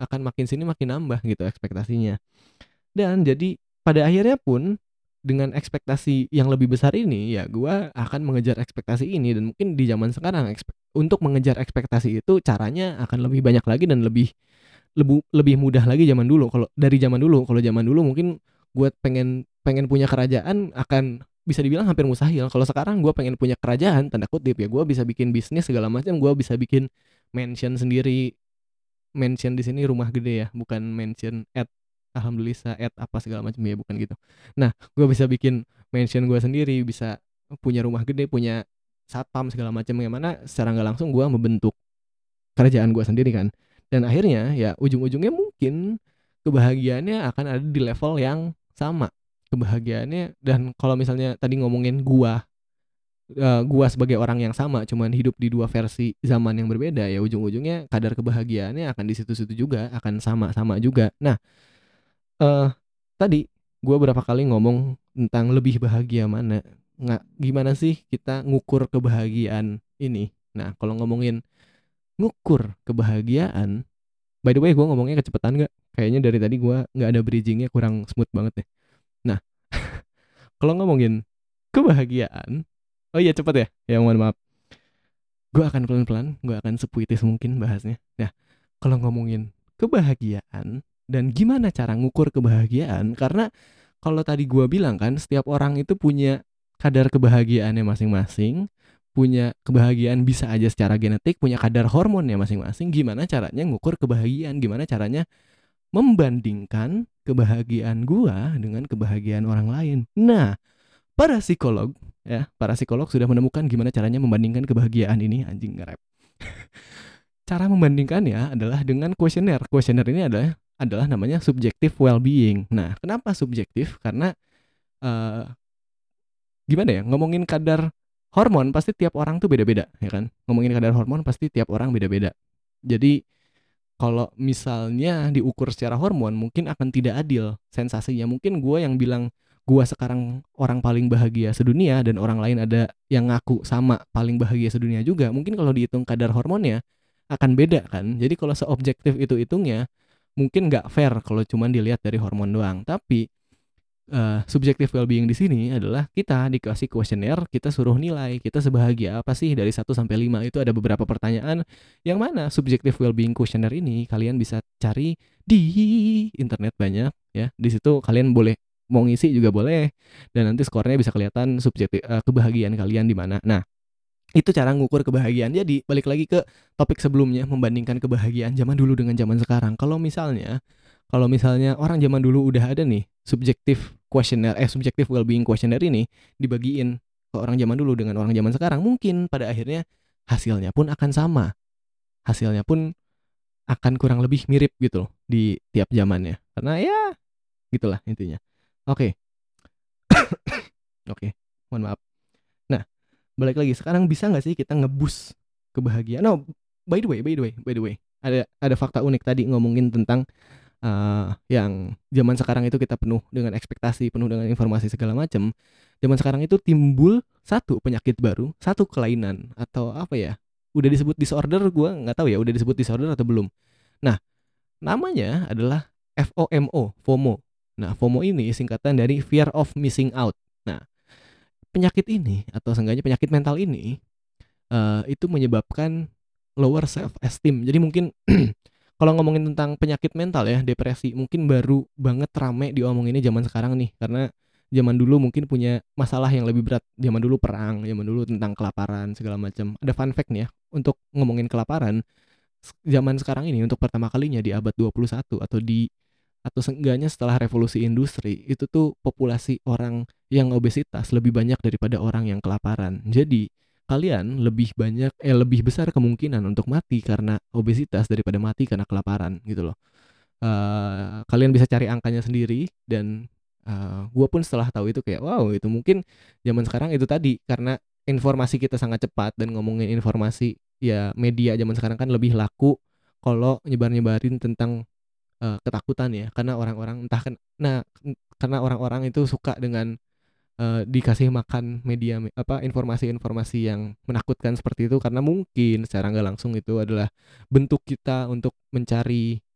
akan makin sini makin nambah gitu ekspektasinya. Dan jadi pada akhirnya pun dengan ekspektasi yang lebih besar ini ya gue akan mengejar ekspektasi ini, dan mungkin di zaman sekarang untuk mengejar ekspektasi itu caranya akan lebih banyak lagi dan lebih mudah lagi zaman dulu. Kalau zaman dulu mungkin gue pengen pengen punya kerajaan akan bisa dibilang hampir mustahil. Kalau sekarang gue pengen punya kerajaan tanda kutip ya, gue bisa bikin bisnis segala macam, gue bisa bikin mansion sendiri. Mansion di sini rumah gede ya, bukan mansion at alhamdulillah at apa segala macam ya, bukan gitu. Nah, gue bisa bikin mansion gue sendiri, bisa punya rumah gede, punya satpam segala macam, yang mana secara nggak langsung gue membentuk kerajaan gue sendiri kan. Dan akhirnya ya ujung-ujungnya mungkin kebahagiaannya akan ada di level yang sama kebahagiaannya. Dan kalau misalnya tadi ngomongin gua sebagai orang yang sama cuman hidup di dua versi zaman yang berbeda, ya ujung-ujungnya kadar kebahagiaannya akan di situ-situ juga, akan sama-sama juga. Nah, eh tadi gua berapa kali ngomong tentang lebih bahagia mana, nggak gimana sih kita ngukur kebahagiaan ini. Nah, kalau ngomongin ngukur kebahagiaan, by the way gua ngomongnya kecepatan nggak? Kayaknya dari tadi gua nggak ada bridgingnya, kurang smooth banget deh. Nah, kalau ngomongin kebahagiaan, oh iya cepet ya, ya mohon maaf. Gue akan pelan-pelan, gue akan sepuitis mungkin bahasnya. Nah, kalau ngomongin kebahagiaan dan gimana cara ngukur kebahagiaan, karena kalau tadi gue bilang kan, setiap orang itu punya kadar kebahagiaannya masing-masing, punya kebahagiaan bisa aja secara genetik, punya kadar hormonnya masing-masing. Gimana caranya ngukur kebahagiaan? Gimana caranya membandingkan kebahagiaan gue dengan kebahagiaan orang lain? Nah, para psikolog sudah menemukan gimana caranya membandingkan kebahagiaan ini. Anjing nge-rap. Cara membandingkannya adalah dengan kuesioner. Kuesioner ini adalah namanya subjective well-being. Nah, kenapa subjektif? Karena eh, gimana ya? Ngomongin kadar hormon pasti tiap orang tuh beda-beda, ya kan? Ngomongin kadar hormon pasti tiap orang beda-beda. Jadi kalau misalnya diukur secara hormon mungkin akan tidak adil sensasinya. Mungkin gue yang bilang gue sekarang orang paling bahagia sedunia dan orang lain ada yang ngaku sama paling bahagia sedunia juga. Mungkin kalau dihitung kadar hormonnya akan beda kan. Jadi kalau seobjektif itu hitungnya mungkin nggak fair kalau cuman dilihat dari hormon doang. Tapi subjective well-being di sini adalah kita dikasih kuesioner, kita suruh nilai kita sebahagia apa sih dari 1 sampai 5. Itu ada beberapa pertanyaan yang mana subjective well-being questionnaire ini kalian bisa cari di internet banyak ya. Di situ kalian boleh mau ngisi juga boleh, dan nanti skornya bisa kelihatan kebahagiaan kalian di mana. Nah, itu cara ngukur kebahagiaan. Jadi balik lagi ke topik sebelumnya, membandingkan kebahagiaan zaman dulu dengan zaman sekarang. Kalau misalnya orang zaman dulu udah ada nih subjective well-being questionnaire ini dibagiin ke orang zaman dulu dengan orang zaman sekarang, mungkin pada akhirnya hasilnya pun akan sama. Hasilnya pun akan kurang lebih mirip gitu loh di tiap zamannya. Karena ya gitulah intinya. Oke. Oke. Mohon maaf. Nah, balik lagi, sekarang bisa nggak sih kita ngebus kebahagiaan? No, by the way, ada fakta unik tadi ngomongin tentang yang zaman sekarang itu kita penuh dengan ekspektasi, penuh dengan informasi segala macam. Zaman sekarang itu timbul satu penyakit baru, satu kelainan atau apa ya? Udah disebut disorder, gue nggak tahu ya, udah disebut disorder atau belum. Nah, namanya adalah FOMO. Nah, FOMO ini singkatan dari fear of missing out. Nah, penyakit ini atau seenggaknya penyakit mental ini itu menyebabkan lower self esteem. Jadi mungkin kalau ngomongin tentang penyakit mental ya, depresi mungkin baru banget rame diomonginnya zaman sekarang nih, karena zaman dulu mungkin punya masalah yang lebih berat. Zaman dulu perang, zaman dulu tentang kelaparan segala macam. Ada fun fact nih ya, untuk ngomongin kelaparan zaman sekarang ini untuk pertama kalinya di abad 21 atau seenggaknya setelah revolusi industri, itu tuh populasi orang yang obesitas lebih banyak daripada orang yang kelaparan. Jadi kalian lebih besar kemungkinan untuk mati karena obesitas daripada mati karena kelaparan gitu loh. Kalian bisa cari angkanya sendiri, dan gue pun setelah tahu itu kayak wow, itu mungkin zaman sekarang itu tadi karena informasi kita sangat cepat, dan ngomongin informasi ya, media zaman sekarang kan lebih laku kalau nyebarin tentang ketakutan ya, karena orang-orang karena orang-orang itu suka dengan dikasih makan informasi-informasi yang menakutkan seperti itu, karena mungkin secara nggak langsung itu adalah bentuk kita untuk mencari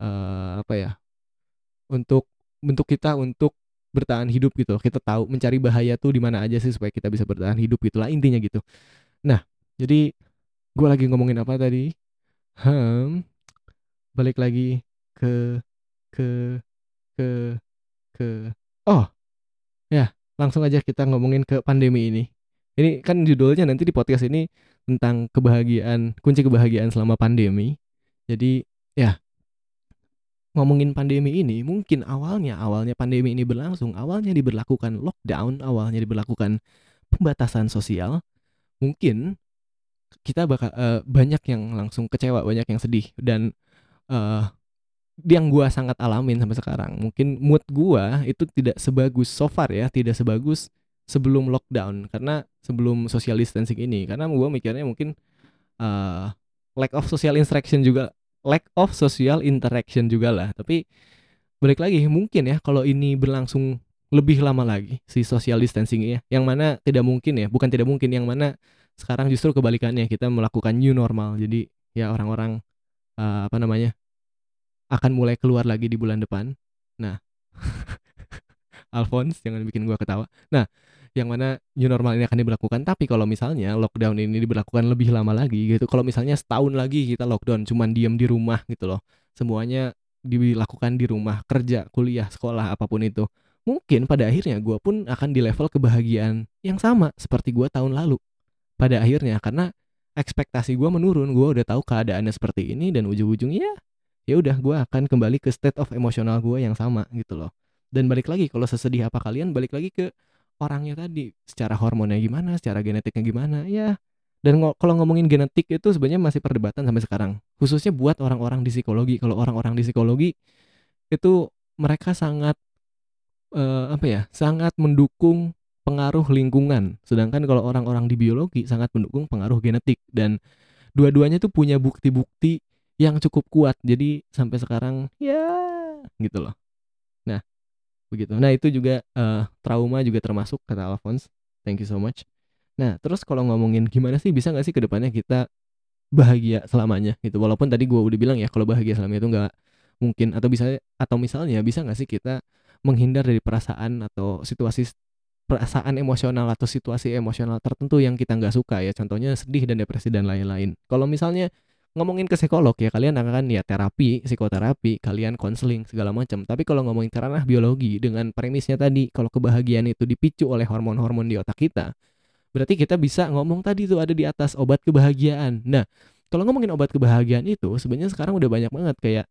apa ya, untuk kita untuk bertahan hidup gitu. Kita tahu mencari bahaya tuh di mana aja sih supaya kita bisa bertahan hidup gitulah intinya gitu. Nah, jadi gue lagi ngomongin apa tadi? Hmm, balik lagi ke ke ke ke oh ya, langsung aja kita ngomongin ke pandemi ini. Ini kan judulnya nanti di podcast ini tentang kebahagiaan, kunci kebahagiaan selama pandemi. Jadi ya, ngomongin pandemi ini, mungkin awalnya pandemi ini berlangsung, awalnya diberlakukan lockdown, awalnya diberlakukan pembatasan sosial, mungkin kita bakal banyak yang langsung kecewa, banyak yang sedih dan eh, yang gua sangat alamin sampai sekarang. Mungkin mood gua itu tidak sebagus so far ya, tidak sebagus sebelum lockdown karena sebelum social distancing ini. Karena gua mikirnya mungkin eh, lack of social interaction juga, lack of social interaction juga lah. Tapi balik lagi mungkin ya kalau ini berlangsung lebih lama lagi si social distancing ya, yang mana tidak mungkin ya, bukan tidak mungkin, yang mana sekarang justru kebalikannya kita melakukan new normal. Jadi ya orang-orang apa namanya, akan mulai keluar lagi di bulan depan. Nah, Alphonse jangan bikin gua ketawa. Nah, yang mana new normal ini akan diberlakukan, tapi kalau misalnya lockdown ini diberlakukan lebih lama lagi gitu, kalau misalnya setahun lagi kita lockdown cuman diem di rumah gitu loh, semuanya dilakukan di rumah, kerja, kuliah, sekolah, apapun itu, mungkin pada akhirnya gua pun akan di level kebahagiaan yang sama seperti gua tahun lalu pada akhirnya, karena ekspektasi gua menurun, gua udah tahu keadaannya seperti ini dan ujung-ujungnya ya udah gue akan kembali ke state of emosional gue yang sama gitu loh. Dan balik lagi, kalau sesedih apa kalian, balik lagi ke orangnya tadi, secara hormonnya gimana, secara genetiknya gimana ya. Dan kalau ngomongin genetik itu sebenarnya masih perdebatan sampai sekarang, khususnya buat orang-orang di psikologi. Kalau orang-orang di psikologi itu mereka sangat apa ya, sangat mendukung pengaruh lingkungan, sedangkan kalau orang-orang di biologi sangat mendukung pengaruh genetik. Dan dua-duanya tuh punya bukti-bukti yang cukup kuat. Jadi sampai sekarang ya gitu loh. Nah, begitu. Nah, itu juga trauma juga termasuk kata Alphonse. Thank you so much. Nah, terus kalau ngomongin gimana sih, bisa nggak sih kedepannya kita bahagia selamanya gitu. Walaupun tadi gue udah bilang ya kalau bahagia selamanya itu nggak mungkin, atau bisa, atau misalnya bisa nggak sih kita menghindar dari perasaan atau situasi, perasaan emosional atau situasi emosional tertentu yang kita nggak suka ya, contohnya sedih dan depresi dan lain-lain. Kalau misalnya ngomongin ke psikolog ya, kalian akan ya terapi, psikoterapi, kalian konseling segala macam. Tapi kalau ngomongin ke ranah biologi dengan premisnya tadi, kalau kebahagiaan itu dipicu oleh hormon-hormon di otak kita, berarti kita bisa ngomong tadi tuh ada di atas obat kebahagiaan. Nah, kalau ngomongin obat kebahagiaan itu sebenarnya sekarang udah banyak banget kayak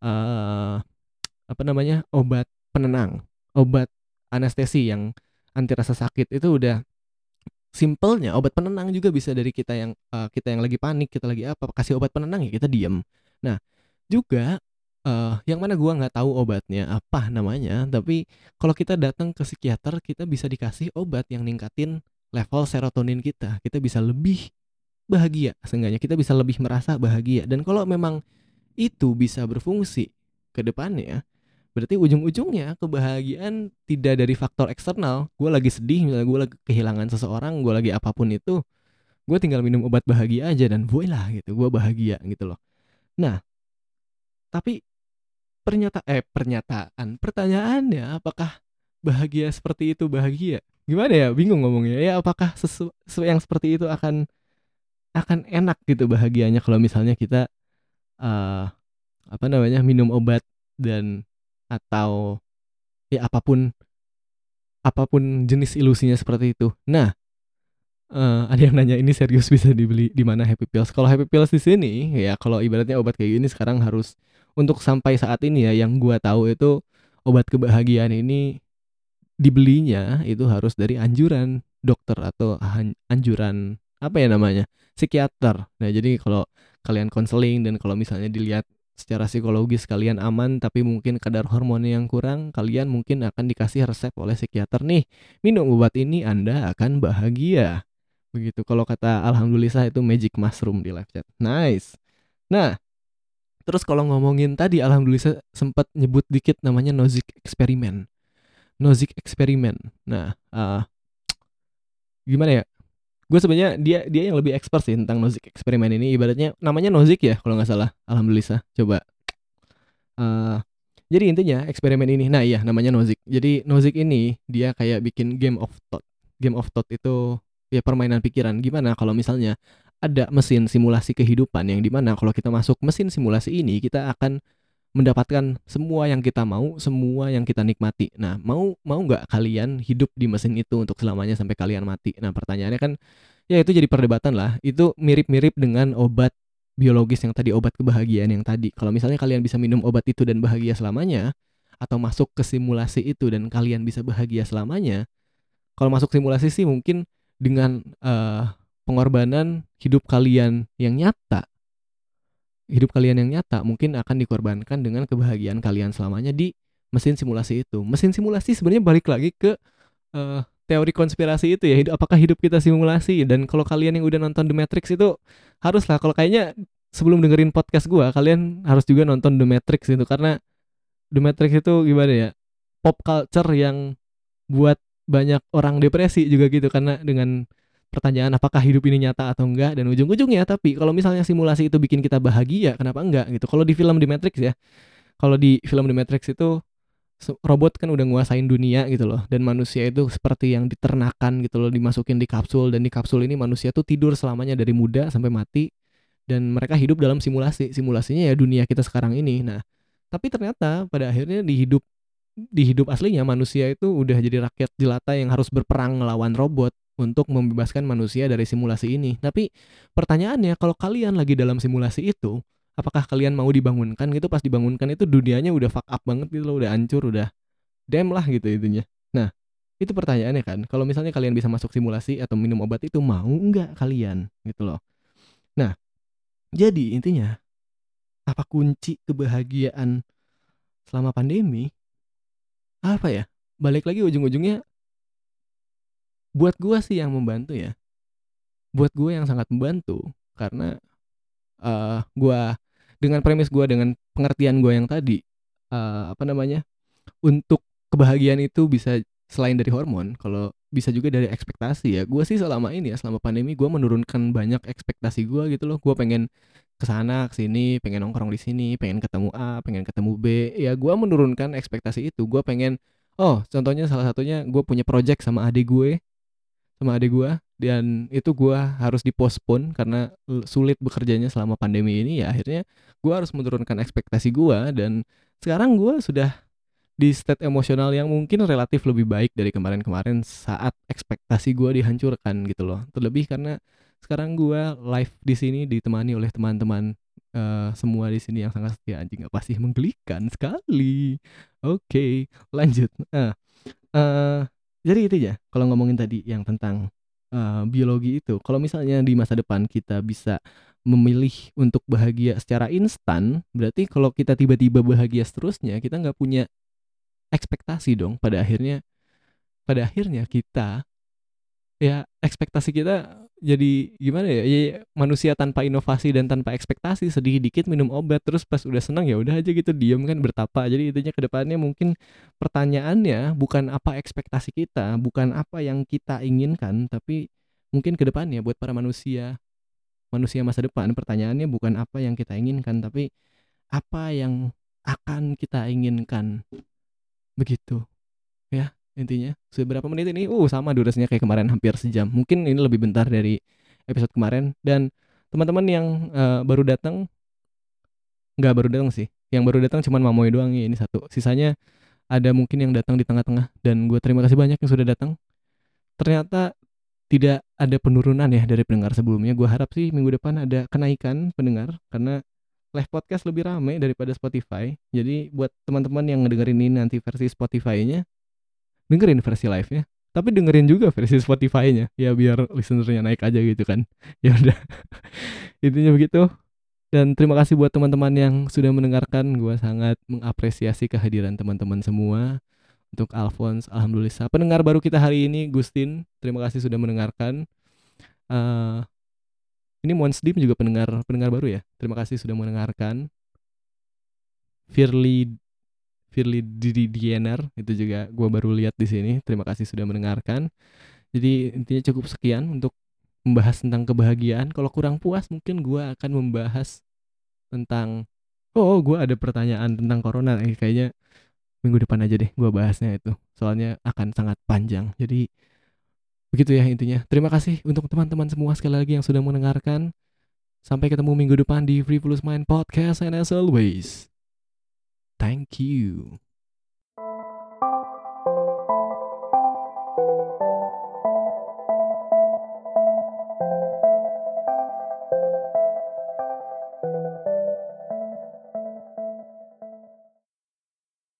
eh apa namanya, obat penenang, obat anestesi yang anti rasa sakit itu udah, simpelnya obat penenang juga bisa dari kita yang lagi panik, kita lagi apa, kasih obat penenang ya kita diem. Nah, juga yang mana gua nggak tahu obatnya apa namanya, tapi kalau kita datang ke psikiater kita bisa dikasih obat yang ningkatin level serotonin kita. Kita bisa lebih bahagia, seenggaknya kita bisa lebih merasa bahagia. Dan kalau memang itu bisa berfungsi ke depannya, berarti ujung-ujungnya kebahagiaan tidak dari faktor eksternal. Gue lagi sedih, misalnya gue lagi kehilangan seseorang, gue lagi apapun itu, gue tinggal minum obat bahagia aja dan voila gitu, gue bahagia gitu loh. Nah, tapi pertanyaannya, apakah bahagia seperti itu bahagia? Gimana ya, bingung ngomongnya. Ya apakah yang seperti itu akan enak gitu bahagianya kalau misalnya kita eh apa namanya, minum obat dan atau ya apapun apapun jenis ilusinya seperti itu. Nah, ada yang nanya ini serius bisa dibeli di mana Happy Pills? Kalau Happy Pills di sini ya, kalau ibaratnya obat kayak gini sekarang harus, untuk sampai saat ini ya yang gua tahu itu, obat kebahagiaan ini dibelinya itu harus dari anjuran dokter atau anjuran apa ya namanya, psikiater. Nah, jadi kalau kalian konseling dan kalau misalnya dilihat secara psikologis kalian aman tapi mungkin kadar hormonnya yang kurang, kalian mungkin akan dikasih resep oleh psikiater nih, minum obat ini Anda akan bahagia. Begitu kalau kata Alhamdulillah itu magic mushroom di live chat. Nice. Nah, terus kalau ngomongin tadi Alhamdulillah sempat nyebut dikit namanya Nozick eksperimen. Nozick eksperimen. Nah, gimana ya? Gue sebenarnya dia yang lebih expert sih tentang Nozick eksperimen ini. Ibaratnya namanya Nozick ya kalau nggak salah. Alhamdulillah. Coba Eh, jadi intinya eksperimen ini, nah iya namanya Nozick. Jadi Nozick ini dia kayak bikin game of thought. Game of thought itu ya permainan pikiran. Gimana kalau misalnya ada mesin simulasi kehidupan yang dimana kalau kita masuk mesin simulasi ini kita akan mendapatkan semua yang kita mau, semua yang kita nikmati. Nah, mau nggak kalian hidup di mesin itu untuk selamanya sampai kalian mati? Nah, pertanyaannya kan, ya itu jadi perdebatan lah. Itu mirip-mirip dengan obat biologis yang tadi, obat kebahagiaan yang tadi. Kalau misalnya kalian bisa minum obat itu dan bahagia selamanya, atau masuk ke simulasi itu dan kalian bisa bahagia selamanya, kalau masuk simulasi sih mungkin dengan pengorbanan hidup kalian yang nyata, hidup kalian yang nyata mungkin akan dikorbankan dengan kebahagiaan kalian selamanya di mesin simulasi itu. Mesin simulasi sebenarnya balik lagi ke teori konspirasi itu ya. Apakah hidup kita simulasi? Dan kalau kalian yang udah nonton The Matrix itu haruslah, kalau kayaknya sebelum dengerin podcast gua, kalian harus juga nonton The Matrix itu, karena The Matrix itu gimana ya? Pop culture yang buat banyak orang depresi juga gitu, karena dengan pertanyaan apakah hidup ini nyata atau enggak, dan ujung-ujungnya tapi kalau misalnya simulasi itu bikin kita bahagia, kenapa enggak gitu. Kalau di film The Matrix ya, kalau di film The Matrix itu robot kan udah nguasain dunia gitu loh, dan manusia itu seperti yang diternakan gitu loh, dimasukin di kapsul, dan di kapsul ini manusia tuh tidur selamanya dari muda sampai mati, dan mereka hidup dalam simulasi. Simulasinya ya dunia kita sekarang ini. Nah, tapi ternyata pada akhirnya di hidup aslinya manusia itu udah jadi rakyat jelata yang harus berperang melawan robot untuk membebaskan manusia dari simulasi ini. Tapi pertanyaannya, kalau kalian lagi dalam simulasi itu, apakah kalian mau dibangunkan gitu? Pas dibangunkan itu dunianya udah fuck up banget gitu loh, udah hancur, udah damn lah gitu intinya. Nah, itu pertanyaannya kan. Kalau misalnya kalian bisa masuk simulasi atau minum obat itu, mau nggak kalian gitu loh. Nah, jadi intinya, apa kunci kebahagiaan selama pandemi? Apa ya? Balik lagi ujung-ujungnya, buat gua sih yang membantu ya. Buat gue yang sangat membantu, karena gua dengan premis gua, dengan pengertian gua yang tadi, apa namanya, untuk kebahagiaan itu bisa selain dari hormon, kalau bisa juga dari ekspektasi ya. Gua sih selama ini ya, selama pandemi gua menurunkan banyak ekspektasi gua gitu loh. Gua pengen kesana kesini, pengen nongkrong di sini, pengen ketemu A, pengen ketemu B. Ya gua menurunkan ekspektasi itu. Gua pengen, oh contohnya salah satunya gue punya project sama adik gue, dan itu gue harus dipospon karena sulit bekerjanya selama pandemi ini. Ya akhirnya gue harus menurunkan ekspektasi gue, dan sekarang gue sudah di state emosional yang mungkin relatif lebih baik dari kemarin-kemarin saat ekspektasi gue dihancurkan gitu loh. Terlebih karena sekarang gue live di sini ditemani oleh teman-teman semua di sini yang sangat setia. Anjing, apa sih, menggelikan sekali. Oke, lanjut. Eh jadi itu ya, kalau ngomongin tadi yang tentang biologi itu, kalau misalnya di masa depan kita bisa memilih untuk bahagia secara instan, berarti kalau kita tiba-tiba bahagia seterusnya, kita nggak punya ekspektasi dong. Pada akhirnya kita, ya ekspektasi kita jadi gimana ya, ya manusia tanpa inovasi dan tanpa ekspektasi, sedih dikit minum obat, terus pas udah senang ya udah aja gitu, diem kan, bertapa. Jadi intinya ke depannya mungkin pertanyaannya bukan apa ekspektasi kita, bukan apa yang kita inginkan, tapi mungkin ke depannya buat para manusia manusia masa depan, pertanyaannya bukan apa yang kita inginkan, tapi apa yang akan kita inginkan, begitu ya intinya. Seberapa menit ini? Sama durasinya kayak kemarin, hampir sejam. Mungkin ini lebih bentar dari episode kemarin. Dan teman-teman yang baru datang, nggak baru datang sih, yang baru datang cuman Mamoy doang ya, ini satu. Sisanya ada mungkin yang datang di tengah-tengah, dan gue terima kasih banyak yang sudah datang. Ternyata tidak ada penurunan ya dari pendengar sebelumnya. Gue harap sih minggu depan ada kenaikan pendengar, karena live podcast lebih ramai daripada Spotify. Jadi buat teman-teman yang ngedengerin ini nanti versi Spotify-nya, dengerin versi live-nya, tapi dengerin juga versi Spotify-nya ya, biar listener-nya naik aja gitu kan. Ya udah, intinya begitu. Dan terima kasih buat teman-teman yang sudah mendengarkan. Gua sangat mengapresiasi kehadiran teman-teman semua. Untuk Alphonse, alhamdulillah. Pendengar baru kita hari ini, Gustin, terima kasih sudah mendengarkan. Eh ini Monsdim juga pendengar pendengar baru ya. Terima kasih sudah mendengarkan. Firly Firly Diener itu juga gue baru lihat di sini. Terima kasih sudah mendengarkan. Jadi intinya cukup sekian untuk membahas tentang kebahagiaan. Kalau kurang puas mungkin gue akan membahas tentang Oh, gue ada pertanyaan tentang corona. Kayaknya minggu depan aja deh gue bahasnya itu. Soalnya akan sangat panjang. Jadi begitu ya intinya. Terima kasih untuk teman-teman semua sekali lagi yang sudah mendengarkan. Sampai ketemu minggu depan di Frivolous Mind Podcast. And as always, thank you.